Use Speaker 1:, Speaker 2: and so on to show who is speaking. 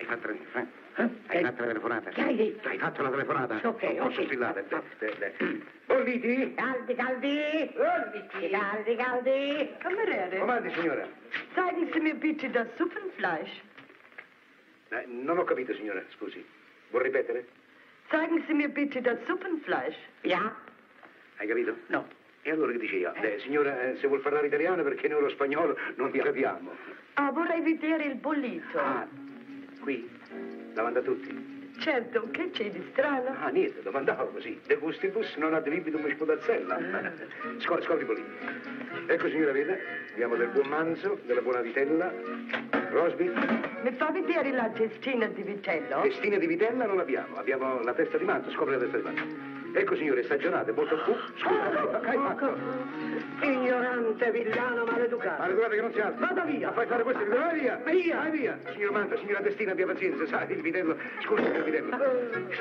Speaker 1: Hai fatto la telefonata?
Speaker 2: Che hai detto?
Speaker 1: Hai fatto la telefonata?
Speaker 2: Ok,
Speaker 1: Non posso
Speaker 2: ok.
Speaker 1: strillare. Bolliti?
Speaker 2: Caldi, caldi. Caldi.
Speaker 3: Kammerere,
Speaker 1: Comandi, signora.
Speaker 3: zeigen Sie mir bitte das Suppenfleisch.
Speaker 1: Non ho capito, signora, scusi. Vuol ripetere?
Speaker 3: Zeigen Sie mir bitte das Suppenfleisch.
Speaker 2: Ja?
Speaker 1: Hai capito?
Speaker 2: No.
Speaker 1: E allora che dice io? Signora, se vuol parlare italiano perché noi lo spagnolo non vi capiamo.
Speaker 3: Ah, vorrei vedere il bollito.
Speaker 1: Ah, qui? Davanti a tutti?
Speaker 3: Certo, che c'è di strano?
Speaker 1: Ah, niente, domandavo così. De gustibus non ad libitum sputazzella. Scopri Bolliti. Ecco, signora, vede, abbiamo del buon manzo, della buona vitella, rosbif.
Speaker 3: Mi fa vedere la testina di vitello?
Speaker 1: Testina di vitella non abbiamo la testa di manzo, scopri la testa di manzo. Ecco, signore, stagionate, molto scusa, che hai fatto?
Speaker 2: Ignorante, villano, maleducato.
Speaker 1: Maleducato che non si alza.
Speaker 2: Vada via.
Speaker 1: Ma fai fare questo, vai via.
Speaker 2: Via.
Speaker 1: Vai via. Signor Manzo, signora Testina, abbia pazienza, sai, il vitello, scusi per il vitello.